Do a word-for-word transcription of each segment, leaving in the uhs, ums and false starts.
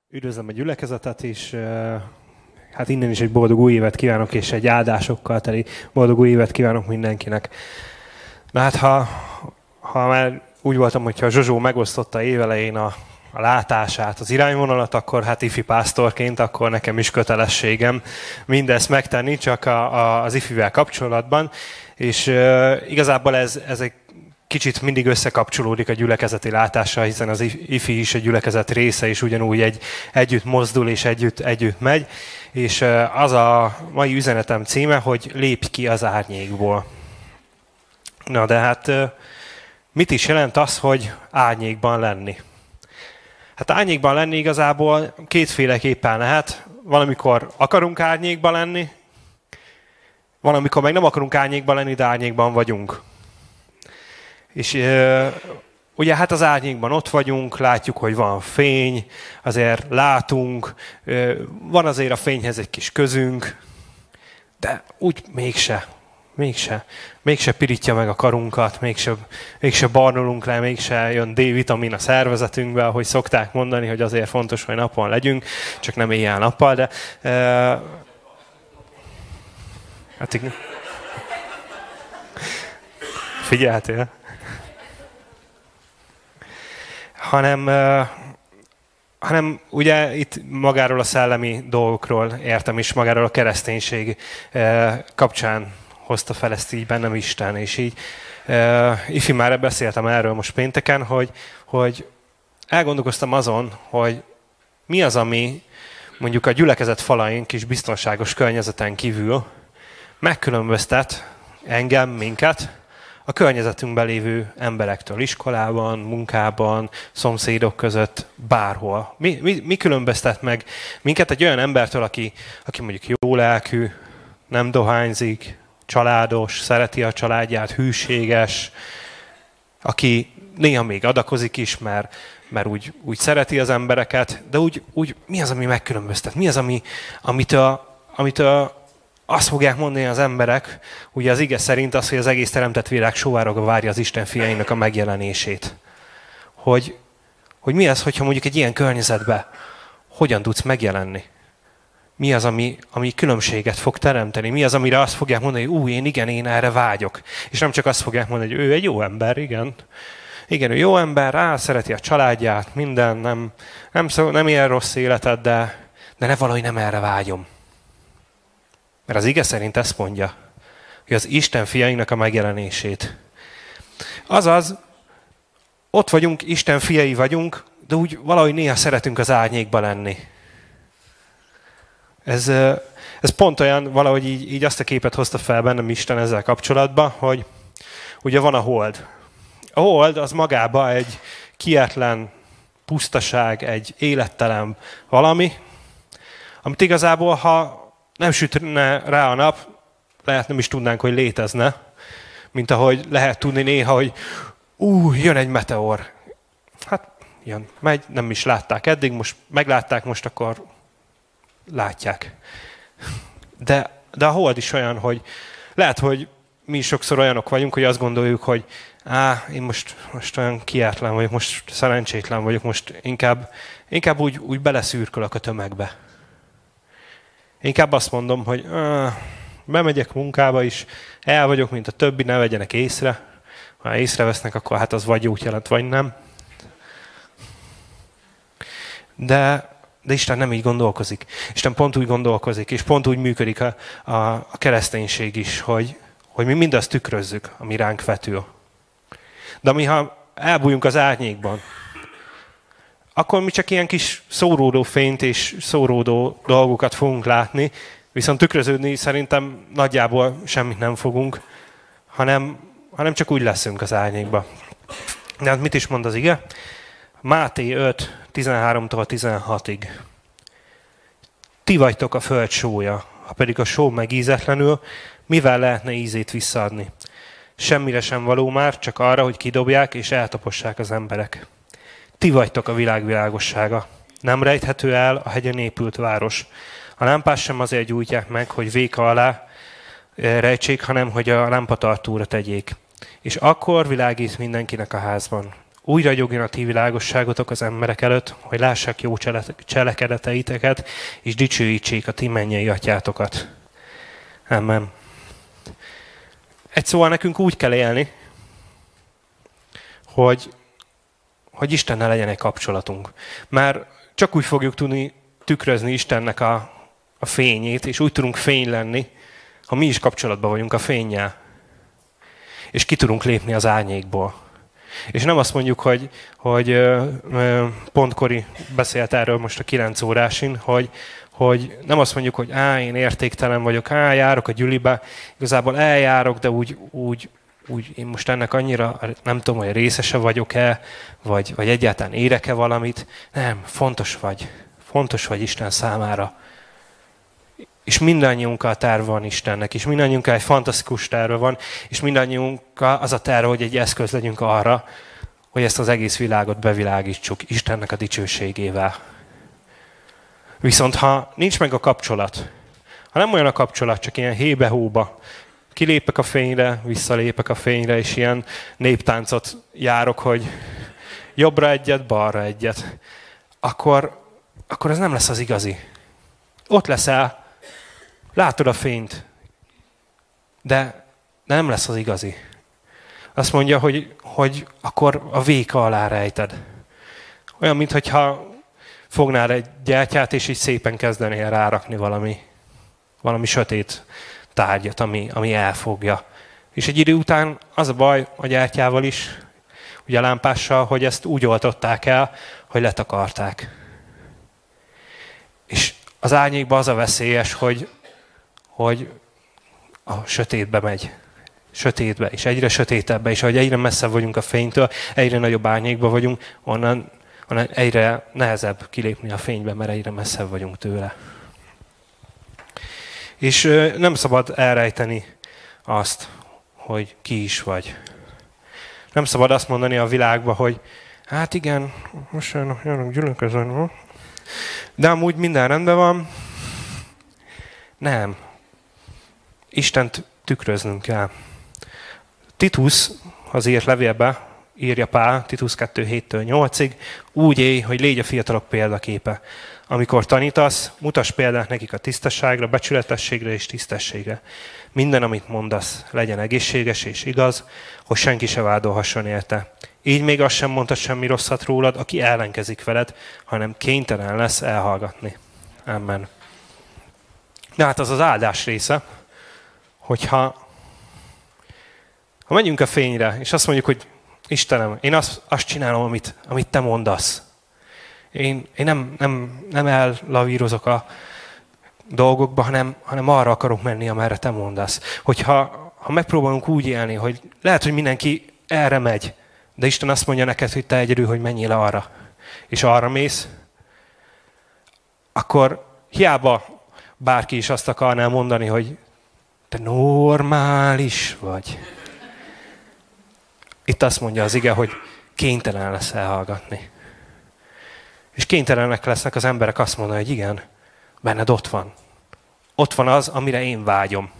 Üdvözlöm a gyülekezetet, és hát innen is egy boldog új évet kívánok, és egy áldásokkal teli boldog új évet kívánok mindenkinek. Na hát, ha, ha már úgy voltam, hogyha a Zsozsó megosztotta évelején a, a látását, az irányvonalat, akkor hát ifi pásztorként, akkor nekem is kötelességem mindezt megtenni, csak a, a, az ifivel kapcsolatban. És uh, igazából ez, ez egy kicsit mindig összekapcsolódik a gyülekezeti látással, hiszen az ifi is a gyülekezet része, és ugyanúgy egy, együtt mozdul, és együtt, együtt megy. És az a mai üzenetem címe, hogy lépj ki az árnyékból. Na de hát mit is jelent az, hogy árnyékban lenni? Hát árnyékban lenni igazából kétféleképpen lehet. Valamikor akarunk árnyékban lenni, valamikor meg nem akarunk árnyékban lenni, de árnyékban vagyunk. És e, ugye hát az árnyékban ott vagyunk, látjuk, hogy van fény, azért látunk, e, van azért a fényhez egy kis közünk, de úgy mégse, mégse, mégse pirítja meg a karunkat, mégse, mégse barnulunk le, mégse jön D-vitamin a szervezetünkbe, ahogy szokták mondani, hogy azért fontos, hogy napon legyünk, csak nem éjjel-nappal, de e, hát igen. Figyeltél? Hanem, uh, hanem ugye itt magáról a szellemi dolgokról értem, és magáról a kereszténység uh, kapcsán hozta fel ezt így bennem Isten, és így uh, ifi már beszéltem erről most pénteken, hogy, hogy elgondolkoztam azon, hogy mi az, ami mondjuk a gyülekezet falain kis biztonságos környezeten kívül megkülönböztet engem, minket, a környezetünkben lévő emberektől, iskolában, munkában, szomszédok között, bárhol. Mi, mi, mi különböztet meg minket egy olyan embertől, aki, aki mondjuk jó lelkű, nem dohányzik, családos, szereti a családját, hűséges, aki néha még adakozik is, mert, mert úgy, úgy szereti az embereket, de úgy, úgy mi az, ami megkülönböztet? Mi az, ami, amitől, amitől azt fogják mondani az emberek, ugye az ige szerint az, hogy az egész teremtett világ sóvárogva várja az Isten fiainak a megjelenését. Hogy, hogy mi az, hogyha mondjuk egy ilyen környezetben hogyan tudsz megjelenni? Mi az, ami, ami különbséget fog teremteni? Mi az, amire azt fogják mondani, hogy ú, én igen, én erre vágyok. És nem csak azt fogják mondani, hogy ő egy jó ember, igen. Igen, ő jó ember, á, szereti a családját, minden, nem, nem, szó, nem ilyen rossz életet, de, de ne valahogy nem erre vágyom. Mert az ige szerint ezt mondja, hogy az Isten fiainak a megjelenését. Azaz, ott vagyunk, Isten fiai vagyunk, de úgy valahogy néha szeretünk az árnyékba lenni. Ez, ez pont olyan, valahogy így, így azt a képet hozta fel bennem Isten ezzel kapcsolatban, hogy ugye van a hold. A hold az magában egy kietlen pusztaság, egy élettelen valami, amit igazából, ha nem sütne rá a nap, lehet nem is tudnánk, hogy létezne, mint ahogy lehet tudni néha, hogy ú, jön egy meteor. Hát jön, megy, nem is látták eddig, most meglátták, most akkor látják. De, de a hold is olyan, hogy lehet, hogy mi sokszor olyanok vagyunk, hogy azt gondoljuk, hogy á, én most, most olyan kiátlan vagyok, most szerencsétlen vagyok, most inkább, inkább úgy, úgy beleszürkölök a tömegbe. Inkább azt mondom, hogy ah, bemegyek munkába is, el vagyok, mint a többi, ne vegyenek észre. Ha észrevesznek, akkor hát az vagy jót jelent, vagy nem. De, de Isten nem így gondolkozik. Isten pont úgy gondolkozik, és pont úgy működik a, a, a kereszténység is, hogy, hogy mi mindazt tükrözzük, ami ránk vetül. De mi, ha elbújunk az árnyékban, akkor mi csak ilyen kis szóródó fényt és szóródó dolgokat fogunk látni, viszont tükröződni szerintem nagyjából semmit nem fogunk, hanem, hanem csak úgy leszünk az árnyékba. De hát mit is mond az ige? Máté öt, tizenháromtól tizenhatig. Ti vagytok a föld sója, ha pedig a só megízetlenül, mivel lehetne ízét visszaadni? Semmire sem való már, csak arra, hogy kidobják és eltapossák az emberek. Ti vagytok a világ világossága. Nem rejthető el a hegyen épült város. A lámpás sem azért gyújtják meg, hogy véka alá rejtsék, hanem hogy a lámpatartóra tegyék. És akkor világít mindenkinek a házban. úgy ragyogjon a ti világosságotok az emberek előtt, hogy lássák jó cselekedeteiteket, és dicsőítsék a ti mennyei atyátokat. Amen. Egy szóval nekünk úgy kell élni, hogy, hogy Istennel legyen egy kapcsolatunk. Már csak úgy fogjuk tudni tükrözni Istennek a, a fényét, és úgy tudunk fény lenni, ha mi is kapcsolatban vagyunk a fénnyel. És ki tudunk lépni az árnyékból. És nem azt mondjuk, hogy, hogy pont Kori beszélt erről most a kilenc órásin, hogy, hogy nem azt mondjuk, hogy á, én értéktelen vagyok, á, járok a gyülibe, igazából eljárok, de úgy, úgy, úgy én most ennek annyira nem tudom, hogy részese vagyok-e, vagy, vagy egyáltalán érek-e valamit. Nem, fontos vagy. Fontos vagy Isten számára. És mindannyiunkkal terv van Istennek, és mindannyiunkkal egy fantasztikus terve van, és mindannyiunkkal az a terve, hogy egy eszköz legyünk arra, hogy ezt az egész világot bevilágítsuk Istennek a dicsőségével. Viszont ha nincs meg a kapcsolat, ha nem olyan a kapcsolat, csak ilyen hébe-hóba, kilépek a fényre, visszalépek a fényre, és ilyen néptáncot járok, hogy jobbra egyet, balra egyet, akkor, akkor ez nem lesz az igazi. Ott leszel, látod a fényt, de nem lesz az igazi. Azt mondja, hogy, hogy akkor a véka alá rejted. Olyan, mintha fognál egy gyertyát, és így szépen kezdenél rárakni valami, valami sötét tárgyat, ami, ami elfogja. És egy idő után az a baj a gyertyával is, ugye a lámpással, hogy ezt úgy oltották el, hogy letakarták. És az árnyékban az a veszélyes, hogy hogy a sötétbe megy. Sötétbe, és egyre sötétebbe, és ahogy egyre messzebb vagyunk a fénytől, egyre nagyobb árnyékba vagyunk, onnan, onnan egyre nehezebb kilépni a fénybe, mert egyre messzebb vagyunk tőle. És nem szabad elrejteni azt, hogy ki is vagy. Nem szabad azt mondani a világba, hogy hát igen, most jönnek gyülekezetben, de amúgy minden rendben van. Nem. Istent tükröznünk kell. Titus az írt levélbe, írja Pál, Titus kettő héttől nyolcig, úgy élj, hogy légy a fiatalok példaképe. Amikor tanítasz, mutass példát nekik a tisztaságra, becsületességre és tisztességre. Minden, amit mondasz, legyen egészséges és igaz, hogy senki se vádolhasson érte. Így még azt sem mondhat semmi rosszat rólad, aki ellenkezik veled, hanem kénytelen lesz elhallgatni. Amen. De hát az az áldás része, hogyha ha megyünk a fényre, és azt mondjuk, hogy Istenem, én azt, azt csinálom, amit, amit te mondasz. Én, én nem, nem, nem ellavírozok a dolgokba, hanem, hanem arra akarok menni, amerre te mondasz. Hogyha ha megpróbálunk úgy élni, hogy lehet, hogy mindenki erre megy, de Isten azt mondja neked, hogy te egyedül, hogy menjél arra, és arra mész, akkor hiába bárki is azt akarná mondani, hogy te normális vagy. Itt azt mondja az ige, hogy kénytelen lesz elhallgatni. És kénytelenek lesznek az emberek azt mondani, hogy igen, benned ott van. Ott van az, amire én vágyom.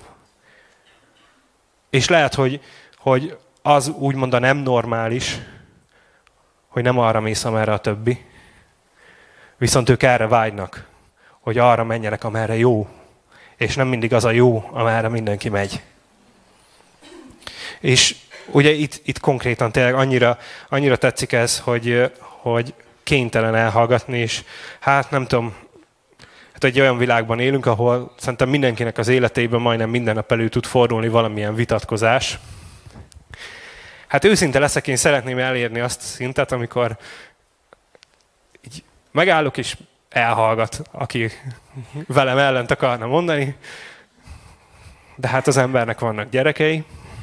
És lehet, hogy, hogy az úgymond a nem normális, hogy nem arra mész, amerre a többi. Viszont ők erre vágynak, hogy arra menjenek, amerre jó. És nem mindig az a jó, amerre mindenki megy. És ugye itt, itt konkrétan tényleg annyira, annyira tetszik ez, hogy, hogy kénytelen elhallgatni, és hát nem tudom, hát egy olyan világban élünk, ahol szerintem mindenkinek az életében majdnem minden nap elő tud fordulni valamilyen vitatkozás. Hát őszinte leszek, én szeretném elérni azt a szintet, amikor így megállok és elhallgat, aki velem ellent akarna mondani, de hát az embernek vannak gyerekei,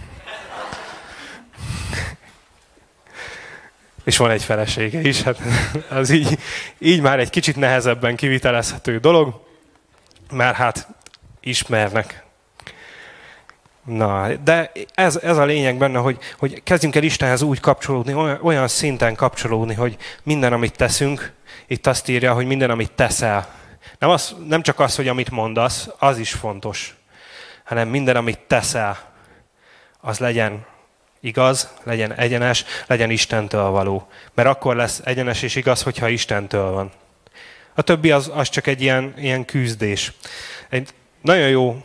és van egy felesége is, hát az így, így már egy kicsit nehezebben kivitelezhető dolog, mert hát ismernek. Na, de ez, ez a lényeg benne, hogy, hogy kezdjünk el Istenhez úgy kapcsolódni, olyan, olyan szinten kapcsolódni, hogy minden, amit teszünk, itt azt írja, hogy minden, amit teszel. Nem, az, nem csak az, hogy amit mondasz, az is fontos, hanem minden, amit teszel, az legyen igaz, legyen egyenes, legyen Istentől való. Mert akkor lesz egyenes és igaz, hogyha Istentől van. A többi az, az csak egy ilyen, ilyen küzdés. Egy nagyon jó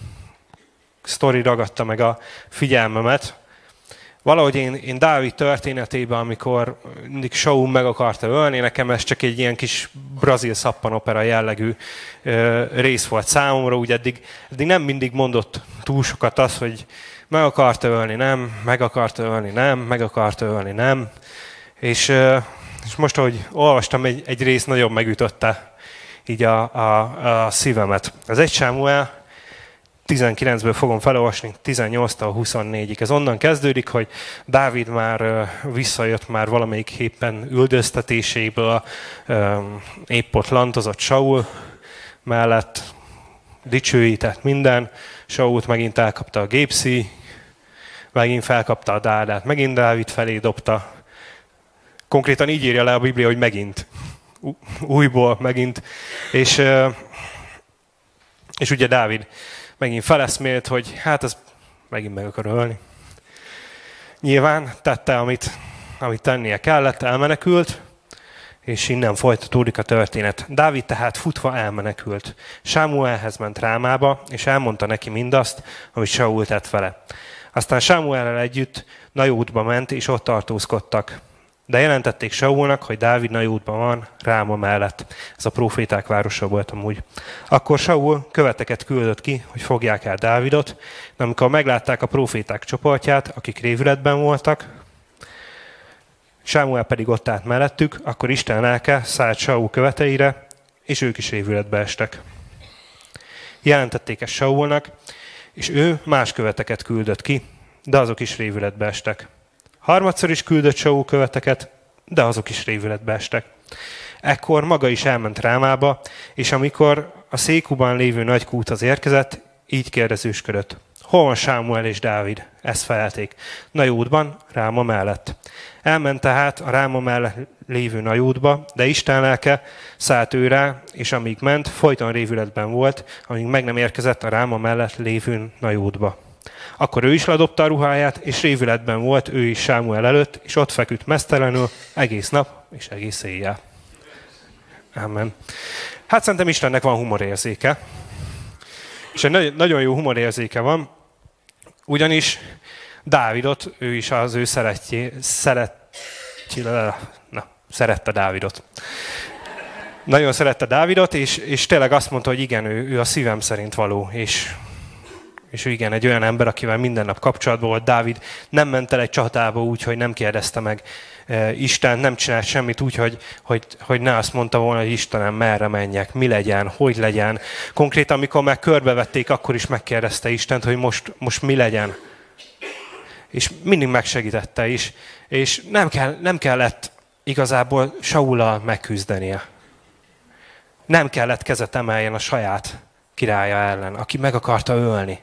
sztori ragadta meg a figyelmemet. Valahogy én, én Dávid történetében, amikor mindig Saul meg akarta ölni, nekem ez csak egy ilyen kis brazil szappanopera jellegű ö, rész volt számomra, úgy eddig, eddig nem mindig mondott túl sokat az, hogy meg akarta ölni, nem, meg akarta ölni, nem, meg akarta ölni, nem. És, ö, és most, ahogy olvastam, egy, egy rész nagyon megütötte így a, a, a szívemet. Az egy Sámuel tizenkilencből fogom felolvasni, tizennyolctól huszonnégyig. Ez onnan kezdődik, hogy Dávid már visszajött már valamelyik éppen üldöztetéséből, épp ott lantozott Saul mellett, dicsőített minden. Sault megint elkapta a gépszi, megint felkapta a dárdát, megint Dávid felé dobta. Konkrétan így írja le a Biblia, hogy megint. Újból, megint. És, és ugye Dávid megint feleszmélt, hogy hát ez megint meg akar ölni. Nyilván tette, amit, amit tennie kellett, elmenekült, és innen folytatódik a történet. Dávid tehát futva elmenekült. Sámuelhez ment Rámába, és elmondta neki mindazt, amit Saul tett vele. Aztán Sámuellel együtt Najótba ment, és ott tartózkodtak. De jelentették Saulnak, hogy Dávid Najótban van, Ráma mellett. Ez a próféták városa volt amúgy. Akkor Saul követeket küldött ki, hogy fogják el Dávidot, de amikor meglátták a próféták csoportját, akik révületben voltak, Sámuel pedig ott állt mellettük, akkor Isten lelke szállt Saul követeire, és ők is révületbe estek. Jelentették ezt Saulnak, és ő más követeket küldött ki, de azok is révületbe estek. Harmadszor is küldött Saul követeket, de azok is révületbe estek. Ekkor maga is elment Rámába, és amikor a Székuban lévő nagy kúthoz érkezett, így kérdezősködött. Hol van Sámuel és Dávid? Ezt felelték. Najótban, Ráma mellett. Elment tehát a Ráma mellett lévő Najótba, de Isten lelke szállt ő rá, és amíg ment, folyton révületben volt, amíg meg nem érkezett a Ráma mellett lévő Najótba. Akkor ő is ledobta a ruháját, és révületben volt ő is Sámuel előtt, és ott feküdt meztelenül egész nap és egész éjjel. Amen. Hát szerintem Istennek van humorérzéke. És egy nagyon jó humorérzéke van, ugyanis Dávidot, ő is az ő szeretjé, szeret, na, szerette Dávidot. Nagyon szerette Dávidot, és, és tényleg azt mondta, hogy igen, ő, ő a szívem szerint való, és És igen, egy olyan ember, akivel minden nap kapcsolatban volt. Dávid nem ment el egy csatába úgy, hogy nem kérdezte meg e, Isten, nem csinált semmit úgy, hogy, hogy, hogy ne azt mondta volna, hogy Istenem, merre menjek, mi legyen, hogy legyen. Konkrétan, amikor meg körbevették, akkor is megkérdezte Istent, hogy most, most mi legyen. És mindig megsegítette is. És nem, kell, nem kellett igazából Saullal megküzdenie. Nem kellett kezet emeljen a saját királya ellen, aki meg akarta ölni.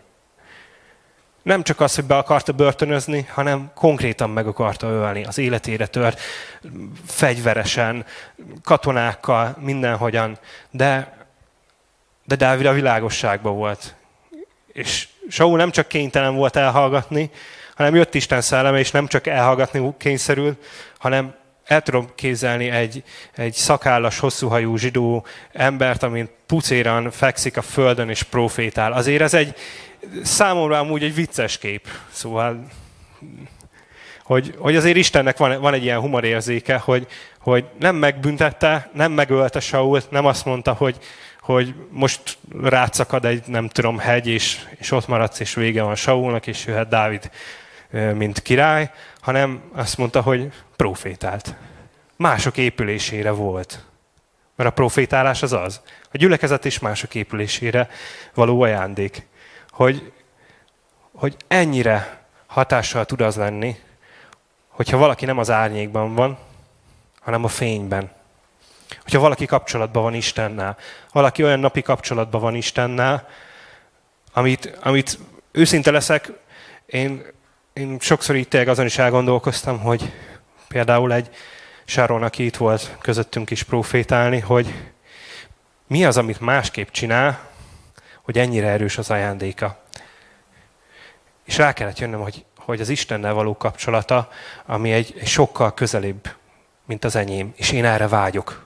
Nem csak az, hogy be akarta börtönözni, hanem konkrétan meg akarta ölni, az életére tört, fegyveresen, katonákkal, mindenhogyan. De, de Dávid a világosságban volt. És Saul nem csak kénytelen volt elhallgatni, hanem jött Isten szelleme, és nem csak elhallgatni kényszerült, hanem el tudom képzelni egy, egy szakállas, hosszúhajú zsidó embert, amint pucéran fekszik a földön és profétál. Azért ez egy számomra amúgy egy vicces kép. Szóval, hogy, hogy azért Istennek van, van egy ilyen humorérzéke, hogy, hogy nem megbüntette, nem megölte Sault, nem azt mondta, hogy, hogy most rátszakad egy, nem tudom, hegy, és, és ott maradsz, és vége van Saulnak, és jöhet Dávid, mint király, hanem azt mondta, hogy profétált. Mások épülésére volt. Mert a profétálás az az. A gyülekezet is mások épülésére való ajándék. Hogy, hogy ennyire hatással tud az lenni, hogyha valaki nem az árnyékban van, hanem a fényben. Hogyha valaki kapcsolatban van Istennel, valaki olyan napi kapcsolatban van Istennel, amit, amit őszinte leszek, én, én sokszor így tényleg azon is elgondolkoztam, hogy például egy Sáron, aki itt volt közöttünk is profétálni, hogy mi az, amit másképp csinál, hogy ennyire erős az ajándéka. És rá kellett jönnöm, hogy, hogy az Istennel való kapcsolata, ami egy, egy sokkal közelebb, mint az enyém, és én erre vágyok.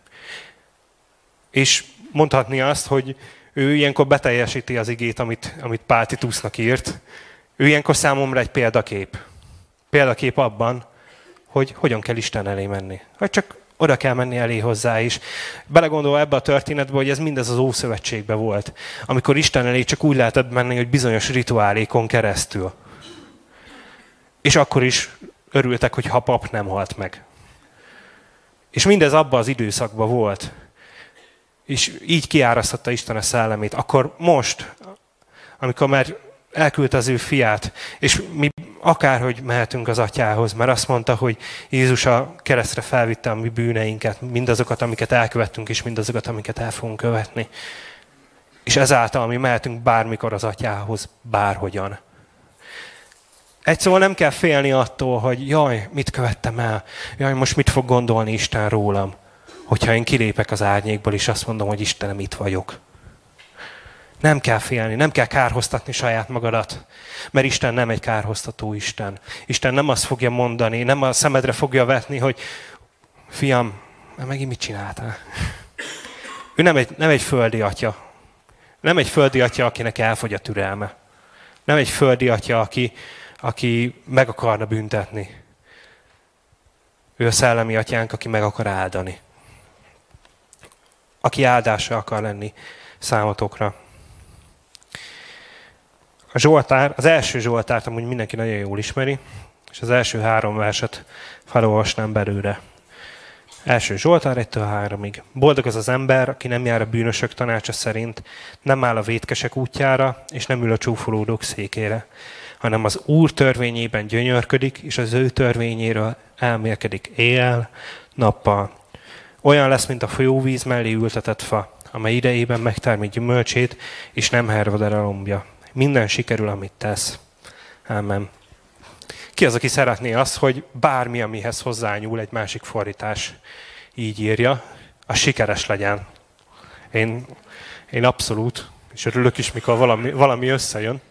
És mondhatni azt, hogy ő ilyenkor beteljesíti az igét, amit, amit Pál Titusnak írt. Ő ilyenkor számomra egy példakép. Példakép abban, hogy hogyan kell Isten elé menni. Hogy csak oda kell menni elé hozzá is. Belegondolva ebbe a történetbe, hogy ez mindez az Ószövetségben volt. Amikor Isten elé csak úgy lehetett menni, hogy bizonyos rituálékon keresztül. És akkor is örültek, hogy ha pap nem halt meg. És mindez abban az időszakban volt. És így kiárasztotta Isten a szellemét. Akkor most, amikor már elküldte az ő fiát, és mi akárhogy mehetünk az atyához, mert azt mondta, hogy Jézus a keresztre felvitte a mi bűneinket, mindazokat, amiket elkövettünk, és mindazokat, amiket el fogunk követni. És ezáltal mi mehetünk bármikor az atyához, bárhogyan. Egy szóval nem kell félni attól, hogy jaj, mit követtem el, jaj, most mit fog gondolni Isten rólam, hogyha én kilépek az árnyékból, és azt mondom, hogy Istenem, itt vagyok. Nem kell félni, nem kell kárhoztatni saját magadat, mert Isten nem egy kárhoztató Isten. Isten nem azt fogja mondani, nem a szemedre fogja vetni, hogy fiam, megint mit csináltál? Ő nem egy, nem egy földi atya. Nem egy földi atya, akinek elfogy a türelme. Nem egy földi atya, aki, aki meg akarna büntetni. Ő a szellemi atyánk, aki meg akar áldani. Aki áldásra akar lenni számotokra. A Zsoltár, az első Zsoltárt amúgy mindenki nagyon jól ismeri, és az első három verset felolvasnám belőle. Első Zsoltár egytől háromig. Boldog az az ember, aki nem jár a bűnösök tanácsa szerint, nem áll a vétkesek útjára, és nem ül a csúfolódók székére, hanem az Úr törvényében gyönyörködik, és az ő törvényéről elmélkedik éjjel, nappal. Olyan lesz, mint a folyóvíz mellé ültetett fa, amely idejében megtermi gyümölcsét, és nem hervad el a lombja. Minden sikerül, amit tesz. Ámen. Ki az, aki szeretné azt, hogy bármi, amihez hozzányúl egy másik fordítás így írja, az sikeres legyen. Én, én abszolút, és örülök is, mikor valami, valami összejön.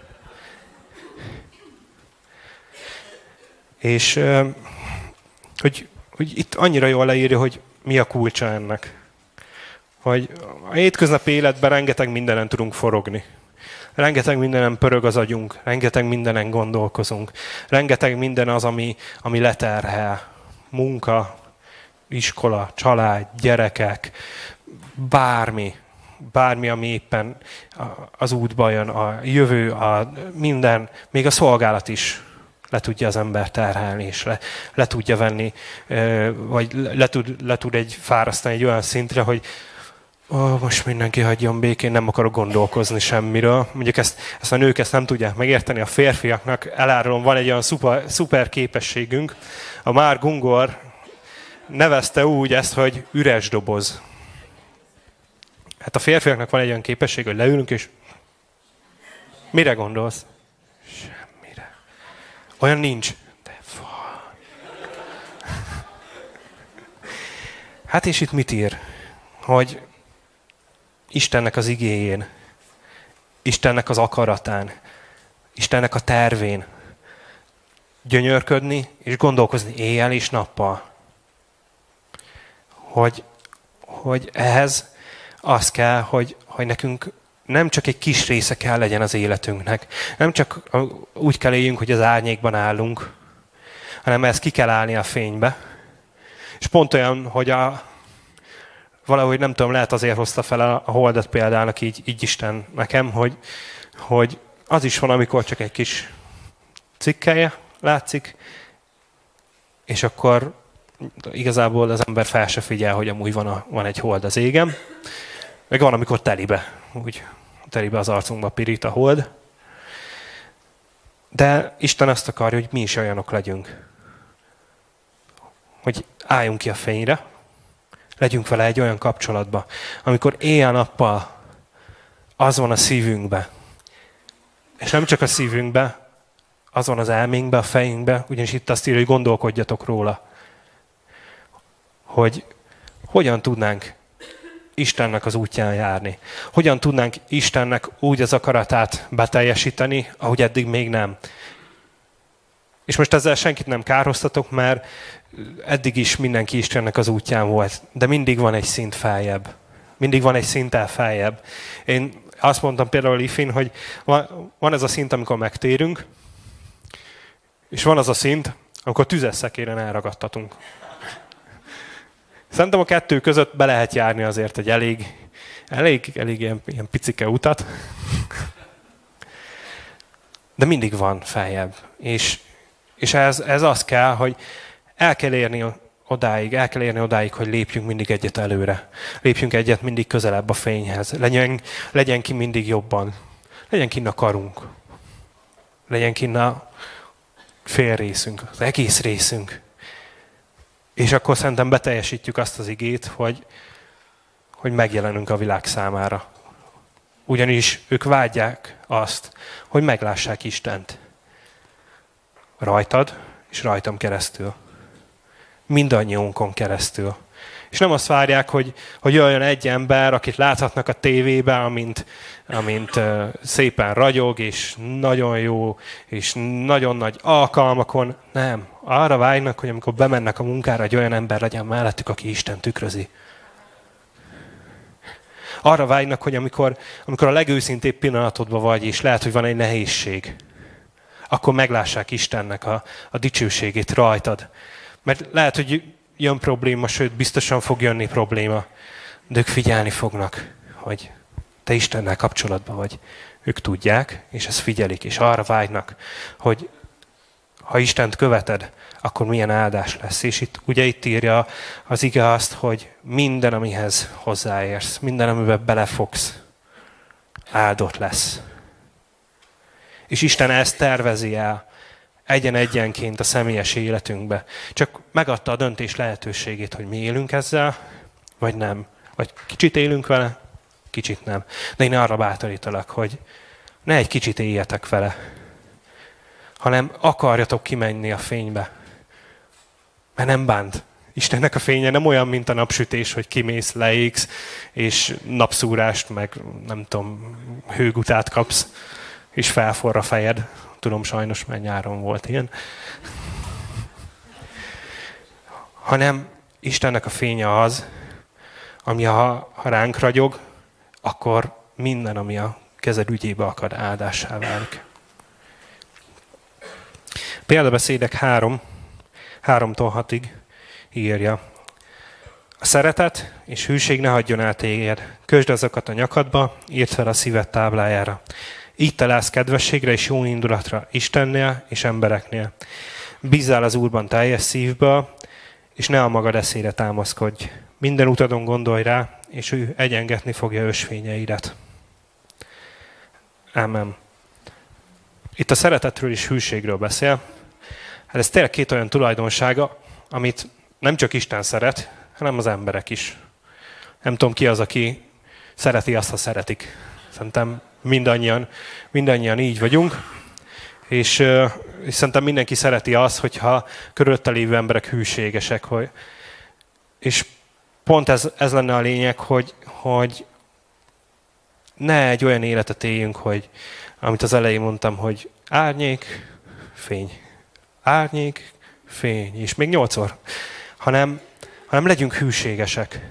És hogy, hogy itt annyira jól leírja, hogy mi a kulcsa ennek. Hogy a hétköznapi életben rengeteg mindenen tudunk forogni. Rengeteg mindenen pörög az agyunk, rengeteg mindenen gondolkozunk. Rengeteg minden az, ami, ami leterhel. Munka, iskola, család, gyerekek, bármi. Bármi, ami éppen az útba jön, a jövő, a minden, még a szolgálat is le tudja az ember terhelni, és le, le tudja venni, vagy le tud, le tud egy fárasztani egy olyan szintre, hogy oh, most mindenki hagyjon békén, nem akarok gondolkozni semmiről. Mondjuk ezt, ezt a nők ezt nem tudják megérteni, a férfiaknak elárulom, van egy olyan szuper, szuper képességünk. A Mark Gungor nevezte úgy ezt, hogy üres doboz. Hát a férfiaknak van egy olyan képesség, hogy leülünk, és mire gondolsz? Semmire. Olyan nincs. De hát és itt mit ír? Hogy Istennek az igéjén, Istennek az akaratán, Istennek a tervén gyönyörködni és gondolkozni éjjel és nappal. Hogy, hogy ehhez az kell, hogy, hogy nekünk nem csak egy kis része kell legyen az életünknek. Nem csak úgy kell éljünk, hogy az árnyékban állunk, hanem ezt ki kell állni a fénybe. És pont olyan, hogy a valahogy nem tudom, lehet azért hozta fel a, a holdat példának így, így Isten nekem, hogy, hogy az is van, amikor csak egy kis cikkelje látszik, és akkor igazából az ember fel se figyel, hogy amúgy van, a, van egy hold az égen. Meg van, amikor telibe, úgy telibe az arcunkba pirít a hold. De Isten azt akarja, hogy mi is olyanok legyünk. Hogy álljunk ki a fényre, legyünk vele egy olyan kapcsolatba, amikor éjjel-nappal az van a szívünkbe. És nem csak a szívünkbe, az van az elménkbe, a fejünkbe, ugyanis itt azt írja, hogy gondolkodjatok róla. Hogy hogyan tudnánk Istennek az útján járni. Hogyan tudnánk Istennek úgy az akaratát beteljesíteni, ahogy eddig még nem. És most ezzel senkit nem kárhoztatok, mert eddig is mindenki Istennek az útján volt. De mindig van egy szint feljebb. Mindig van egy szinttel feljebb. Én azt mondtam például Ifin, hogy van ez a szint, amikor megtérünk, és van az a szint, amikor tüzes szekéren elragadtatunk. Szerintem a kettő között be lehet járni azért egy elég, elég, elég ilyen, ilyen picike utat. De mindig van feljebb. És, és ez, ez az kell, hogy el kell érni odáig, el kell érni odáig, hogy lépjünk mindig egyet előre. Lépjünk egyet mindig közelebb a fényhez. Legyen, legyen ki mindig jobban. Legyen kinn a karunk. Legyen kinn a fél részünk, az egész részünk. És akkor szerintem beteljesítjük azt az igét, hogy, hogy megjelenünk a világ számára. Ugyanis ők vágyják azt, hogy meglássák Istent. Rajtad és rajtam keresztül. Mindannyiunkon keresztül. És nem azt várják, hogy, hogy jöjjön egy ember, akit láthatnak a tévében, amint, amint uh, szépen ragyog, és nagyon jó, és nagyon nagy alkalmakon. Nem. Arra vágynak, hogy amikor bemennek a munkára, egy olyan ember legyen mellettük, aki Isten tükrözi. Arra vágynak, hogy amikor, amikor a legőszintébb pillanatodban vagy, és lehet, hogy van egy nehézség, akkor meglássák Istennek a, a dicsőségét rajtad. Mert lehet, hogy jön probléma, sőt, biztosan fog jönni probléma, de ők figyelni fognak, hogy te Istennel kapcsolatban vagy. Ők tudják, és ezt figyelik, és arra vágynak, hogy ha Istent követed, akkor milyen áldás lesz. És itt, ugye itt írja az ige azt, hogy minden, amihez hozzáérsz, minden, amiben belefogsz, áldott lesz. És Isten ezt tervezi el egyen-egyenként a személyes életünkbe. Csak megadta a döntés lehetőségét, hogy mi élünk ezzel, vagy nem. Vagy kicsit élünk vele, kicsit nem. De én arra bátorítalak, hogy ne egy kicsit éljetek vele, hanem akarjatok kimenni a fénybe. Mert nem bánt. Istennek a fénye nem olyan, mint a napsütés, hogy kimész, leégsz, és napszúrást, meg nem tudom, hőgutát kapsz, és felforr a fejed. Tudom, sajnos, mert nyáron volt ilyen. Hanem Istennek a fénye az, ami ha, ha ránk ragyog, akkor minden, ami a kezed ügyébe akad, áldássá válik. Példabeszédek három, háromtól hatig írja. A szeretet és hűség ne hagyjon el téged. Kösd azokat a nyakadba, írd fel a szíved táblájára. Így találsz kedvességre és jó indulatra Istennél és embereknél. Bízzál az Úrban teljes szívből, és ne a magad eszére támaszkodj. Minden utadon gondolj rá, és ő egyengetni fogja ösvényeidet. Ámen. Itt a szeretetről és hűségről beszél. Hát ez tényleg két olyan tulajdonsága, amit nem csak Isten szeret, hanem az emberek is. Nem tudom, ki az, aki szereti azt, ha szeretik. Szerintem mindannyian, mindannyian így vagyunk, és, és szerintem mindenki szereti azt, hogyha körülötte lévő emberek hűségesek. Hogy, és pont ez, ez lenne a lényeg, hogy, hogy ne egy olyan életet éljünk, hogy amit az elején mondtam, hogy árnyék, fény. Árnyék, fény. És még nyolcszor. Hanem, hanem legyünk hűségesek.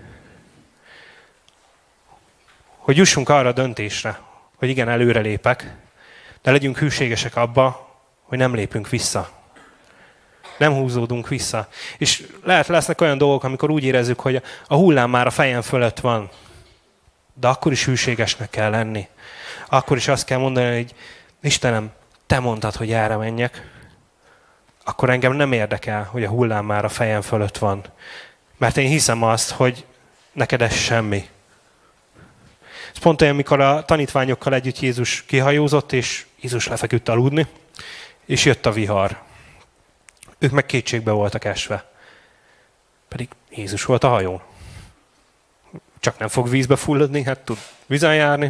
Hogy jussunk arra a döntésre, hogy igen, előrelépek, de legyünk hűségesek abba, hogy nem lépünk vissza. Nem húzódunk vissza. És lehet lesznek olyan dolgok, amikor úgy érezzük, hogy a hullám már a fejem fölött van. De akkor is hűségesnek kell lenni. Akkor is azt kell mondani, hogy Istenem, te mondtad, hogy erre menjek. Akkor engem nem érdekel, hogy a hullám már a fejem fölött van. Mert én hiszem azt, hogy neked ez semmi. Ez pont olyan, mikor a tanítványokkal együtt Jézus kihajózott, és Jézus lefeküdt aludni, és jött a vihar. Ők meg kétségbe voltak esve. Pedig Jézus volt a hajón. Csak nem fog vízbe fulladni, hát tud vízen járni.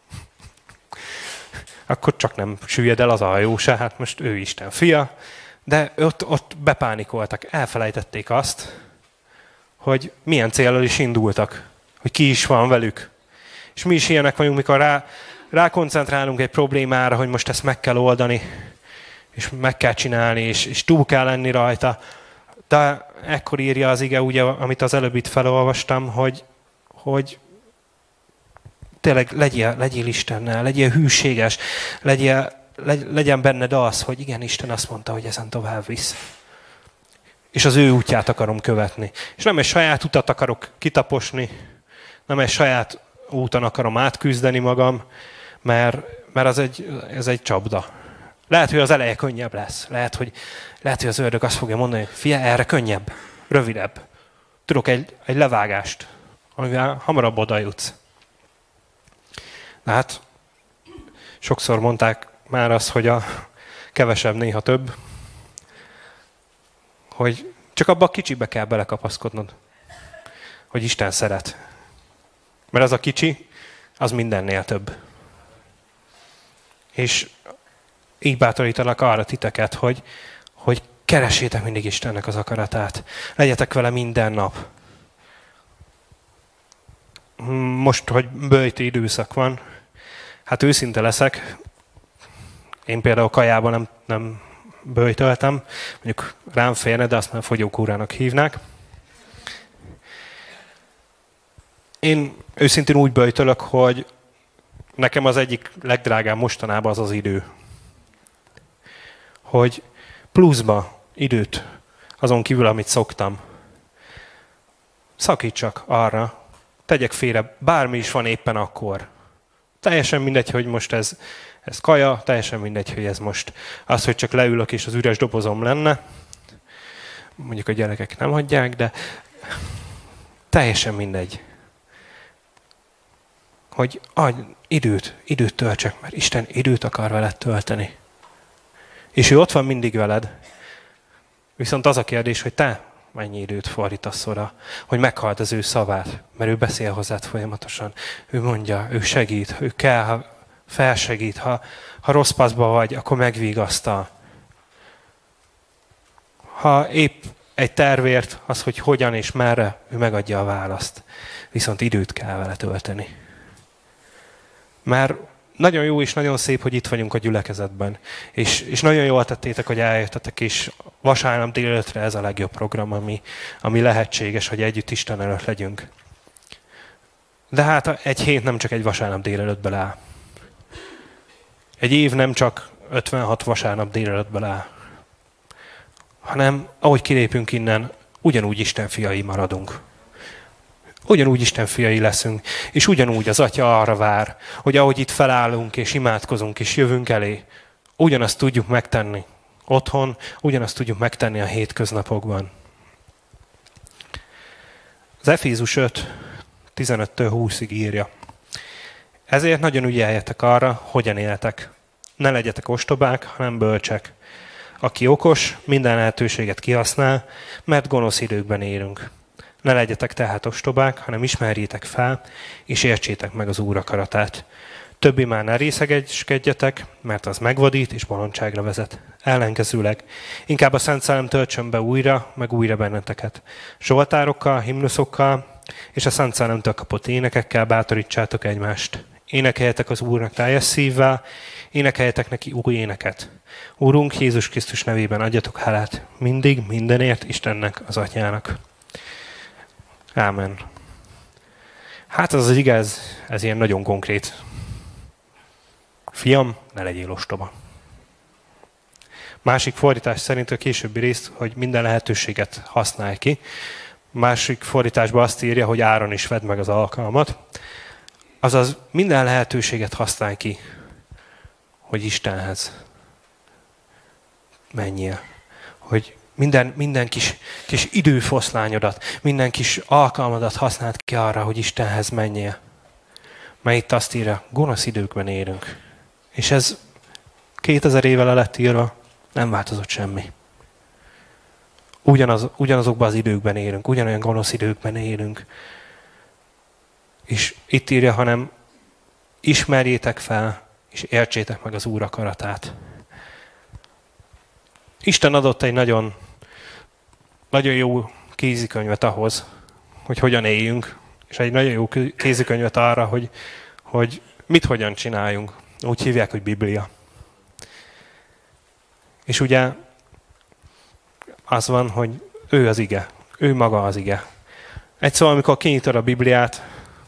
Akkor csak nem süllyed el az a hajó se, hát most ő Isten fia. De ott, ott bepánikoltak, elfelejtették azt, hogy milyen céllal is indultak, hogy ki is van velük. És mi is ilyenek vagyunk, mikor rá, rákoncentrálunk egy problémára, hogy most ezt meg kell oldani, és meg kell csinálni, és, és túl kell lenni rajta. De ekkor írja az ige, ugye, amit az előbb itt felolvastam, hogy, hogy tényleg legyél, legyél Istennel, legyél hűséges, legyél, legy, legyen benned az, hogy igen, Isten azt mondta, hogy ezen tovább visz. És az ő útját akarom követni. És nem egy saját utat akarok kitaposni, nem egy saját úton akarom átküzdeni magam, mert, mert az egy, ez egy csapda. Lehet, hogy az eleje könnyebb lesz. Lehet, hogy, lehet, hogy az ördög azt fogja mondani, hogy figyelj, erre könnyebb, rövidebb. Tudok egy, egy levágást, amivel hamarabb oda jutsz. De hát sokszor mondták már azt, hogy a kevesebb néha több, hogy csak abba a kicsibe kell belekapaszkodnod, hogy Isten szeret. Mert az a kicsi, az mindennél több. És így bátorítanak arra titeket, hogy, hogy keressétek mindig Istennek az akaratát. Legyetek vele minden nap. Most, hogy böjti időszak van, hát őszinte leszek, én például kajában nem, nem böjtöltem, mondjuk rám férne, de azt már fogyókúrának hívnák. Én őszintén úgy böjtölök, hogy nekem az egyik legdrágább mostanában az az idő. Hogy pluszba időt, azon kívül, amit szoktam, szakítsak arra, tegyek félre, bármi is van éppen akkor. Teljesen mindegy, hogy most ez, ez kaja, teljesen mindegy, hogy ez most az, hogy csak leülök és az üres dobozom lenne. Mondjuk a gyerekek nem hagyják, de teljesen mindegy. Hogy adj időt, időt töltsek, mert Isten időt akar veled tölteni. És ő ott van mindig veled. Viszont az a kérdés, hogy te mennyi időt fordítasz oda, hogy meghald az ő szavát, mert ő beszél hozzád folyamatosan. Ő mondja, ő segít, ő kell, ha felsegít, ha, ha rossz paszba vagy, akkor megvigasztal. Ha épp egy tervért, az, hogy hogyan és merre, ő megadja a választ. Viszont időt kell vele tölteni. Mert nagyon jó és nagyon szép, hogy itt vagyunk a gyülekezetben. És, és nagyon jól tettétek, hogy eljöttetek, és vasárnap délelőttre ez a legjobb program, ami, ami lehetséges, hogy együtt Isten előtt legyünk. De hát egy hét nem csak egy vasárnap délelőttből áll. Egy év nem csak ötvenhat vasárnap délelőttből áll. Hanem ahogy kilépünk innen, ugyanúgy Isten fiai maradunk. Ugyanúgy Isten fiai leszünk, és ugyanúgy az Atya arra vár, hogy ahogy itt felállunk, és imádkozunk, és jövünk elé, ugyanazt tudjuk megtenni otthon, ugyanazt tudjuk megtenni a hétköznapokban. Az Efézus öt, tizenöttől húszig írja. Ezért nagyon ügyeljetek arra, hogyan éltek. Ne legyetek ostobák, hanem bölcsek. Aki okos, minden lehetőséget kihasznál, mert gonosz időkben élünk. Ne legyetek tehát ostobák, hanem ismerjétek fel, és értsétek meg az Úr akaratát. Többé már ne részegeskedjetek, mert az megvadít és bolondságra vezet. Ellenkezőleg, inkább a Szent Szellem töltsön be újra, meg újra benneteket. Zsoltárokkal, himnuszokkal és a Szent Szellemtől kapott énekekkel bátorítsátok egymást. Énekeljetek az Úrnak teljes szívvel, énekeljetek neki új éneket. Úrunk Jézus Krisztus nevében adjatok hálát mindig, mindenért Istennek, az Atyának. Ámen. Hát az az igaz, ez ilyen nagyon konkrét. Fiam, ne legyél ostoba. Másik fordítás szerint a későbbi részt, hogy minden lehetőséget használj ki. Másik fordításban azt írja, hogy áron is vedd meg az alkalmat. Azaz minden lehetőséget használj ki, hogy Istenhez menjél. Hogy minden, minden kis, kis időfoszlányodat, minden kis alkalmadat használd ki arra, hogy Istenhez menjél. Mert itt azt írja, gonosz időkben élünk. És ez kétezer éve le lett írva, nem változott semmi. Ugyanaz, ugyanazokban az időkben élünk, ugyanolyan gonosz időkben élünk. És itt írja, hanem ismerjétek fel, és értsétek meg az Úr akaratát. Isten adott egy nagyon, nagyon jó kézikönyvet ahhoz, hogy hogyan éljünk, és egy nagyon jó kézikönyvet arra, hogy, hogy mit hogyan csináljunk. Úgy hívják, hogy Biblia. És ugye az van, hogy ő az ige. Ő maga az ige. Egy szó, amikor kinyitod a Bibliát,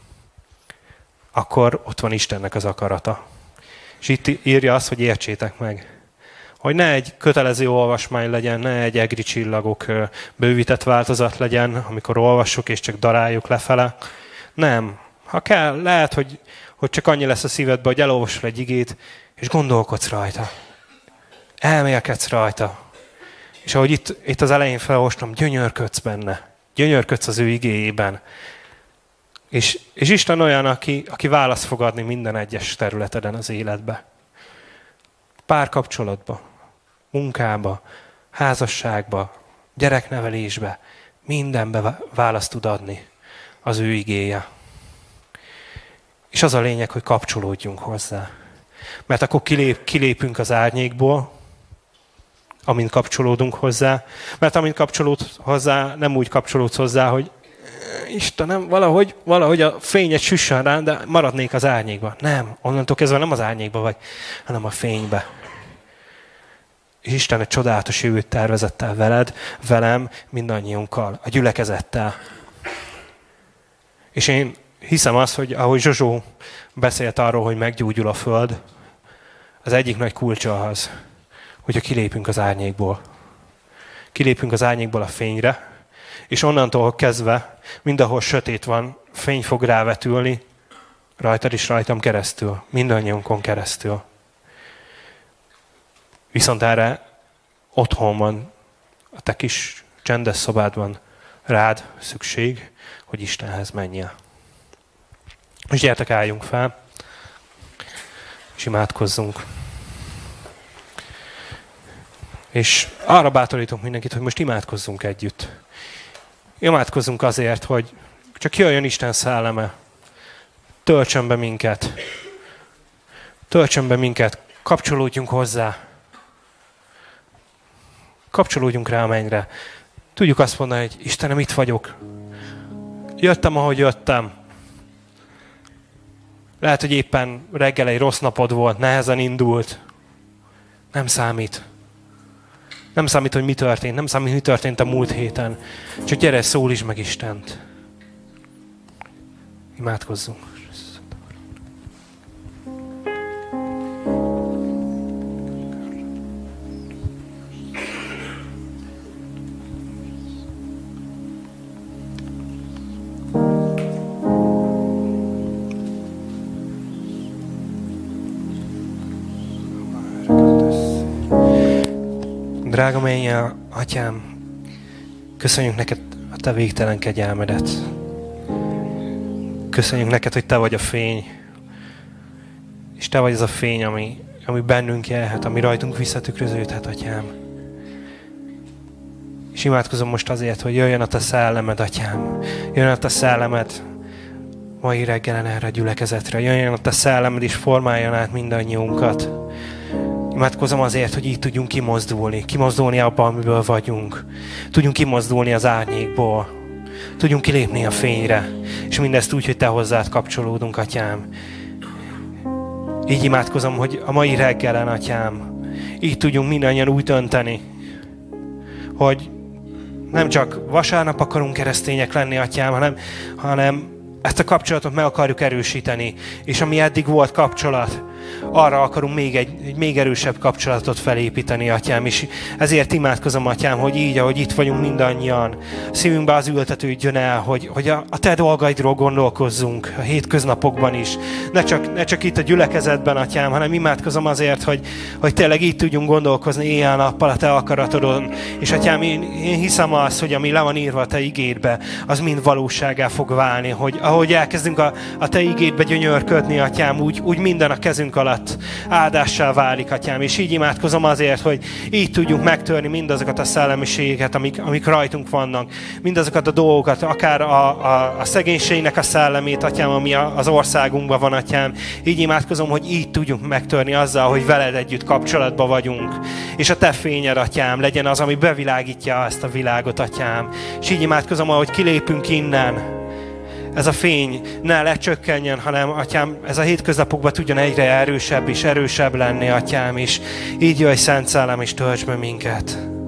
akkor ott van Istennek az akarata. És itt írja azt, hogy értsétek meg. Hogy ne egy kötelező olvasmány legyen, ne egy egri csillagok bővített változat legyen, amikor olvassuk és csak daráljuk lefele. Nem. Ha kell, lehet, hogy, hogy csak annyi lesz a szívedbe, hogy elolvasol egy igét, és gondolkodsz rajta. Elmélkedsz rajta. És ahogy itt, itt az elején felolvastam, gyönyörködsz benne. Gyönyörködsz az ő igéjében. És, és Isten olyan, aki, aki választ fog adni minden egyes területeden az életbe. Párkapcsolatba, munkába, házasságba, gyereknevelésbe, mindenbe választ tud adni az ő igéje. És az a lényeg, hogy kapcsolódjunk hozzá. Mert akkor kilép, kilépünk az árnyékból, amint kapcsolódunk hozzá. Mert amint kapcsolódsz hozzá, nem úgy kapcsolódsz hozzá, hogy Istenem, valahogy, valahogy a fényet süssön rám, de maradnék az árnyékba. Nem, onnantól kezdve nem az árnyékba vagy, hanem a fénybe. És Isten egy csodálatos jövőt tervezett el veled, velem, mindannyiunkkal, a gyülekezettel. És én hiszem azt, hogy ahogy Zsozsó beszélt arról, hogy meggyógyul a föld, az egyik nagy kulcsa az, hogyha kilépünk az árnyékból. Kilépünk az árnyékból a fényre, és onnantól kezdve, mindahol sötét van, fény fog rávetülni, rajtad is rajtam keresztül, mindannyiunkon keresztül. Viszont erre otthon van, a te kis csendes szobádban rád szükség, hogy Istenhez menjél. És gyertek, álljunk fel, és imádkozzunk. És arra bátorítunk mindenkit, hogy most imádkozzunk együtt. Imádkozzunk azért, hogy csak jöjjön Isten szelleme, töltsön be minket, töltsön be minket, kapcsolódjunk hozzá, kapcsolódjunk rá a mennyre. Tudjuk azt mondani, hogy Istenem, itt vagyok. Jöttem, ahogy jöttem. Lehet, hogy éppen reggel egy rossz napod volt, nehezen indult. Nem számít. Nem számít, hogy mi történt. Nem számít, mi történt a múlt héten. Csak gyere, szólítsd meg Istent. Imádkozzunk. Drága mennyei Atyám, köszönjük neked a te végtelen kegyelmedet. Köszönjük neked, hogy te vagy a fény. És te vagy az a fény, ami, ami bennünk jelhet, ami rajtunk visszatükröződhet, Atyám. És imádkozom most azért, hogy jöjjön a te szellemed, Atyám. Jöjjön a te szellemed mai reggelen erre a gyülekezetre. Jöjjön a te szellemed és formáljon át mindannyiunkat. Imádkozom azért, hogy így tudjunk kimozdulni. Kimozdulni abban, amiből vagyunk. Tudjunk kimozdulni az árnyékból. Tudjunk kilépni a fényre. És mindezt úgy, hogy te hozzád kapcsolódunk, Atyám. Így imádkozom, hogy a mai reggelen, Atyám, így tudjunk mindannyian úgy dönteni, hogy nem csak vasárnap akarunk keresztények lenni, Atyám, hanem, hanem ezt a kapcsolatot meg akarjuk erősíteni. És ami eddig volt kapcsolat, arra akarunk még egy, egy még erősebb kapcsolatot felépíteni, Atyám. És ezért imádkozom, Atyám, hogy így, ahogy itt vagyunk mindannyian, szívünkbe az ültetődjön el, hogy, hogy a, a te dolgaidról gondolkozzunk a hétköznapokban is. Ne csak, ne csak itt a gyülekezetben, Atyám, hanem imádkozom azért, hogy, hogy tényleg így tudjunk gondolkozni éjjel-nappal a te akaratodon. És Atyám, én, én hiszem azt, hogy ami le van írva a te igédbe, az mind valóságá fog válni, hogy ahogy elkezdünk a, a te igédbe gyönyörködni, Atyám, úgy, úgy minden a kezünk alatt áldássá válik, Atyám. És így imádkozom azért, hogy így tudjuk megtörni mindazokat a szellemiségeket, amik, amik rajtunk vannak. Mindazokat a dolgokat, akár a, a, a szegénységnek a szellemét, Atyám, ami a, az országunkban van, Atyám. Így imádkozom, hogy így tudjunk megtörni azzal, hogy veled együtt kapcsolatban vagyunk. És a te fényed, Atyám, legyen az, ami bevilágítja ezt a világot, Atyám. És így imádkozom, ahogy kilépünk innen, ez a fény ne lecsökkenjen, hanem, Atyám, ez a hétköznapokban tudjon egyre erősebb és erősebb lenni, Atyám, és így jöjj, Szent Szellem, és töltsd be minket.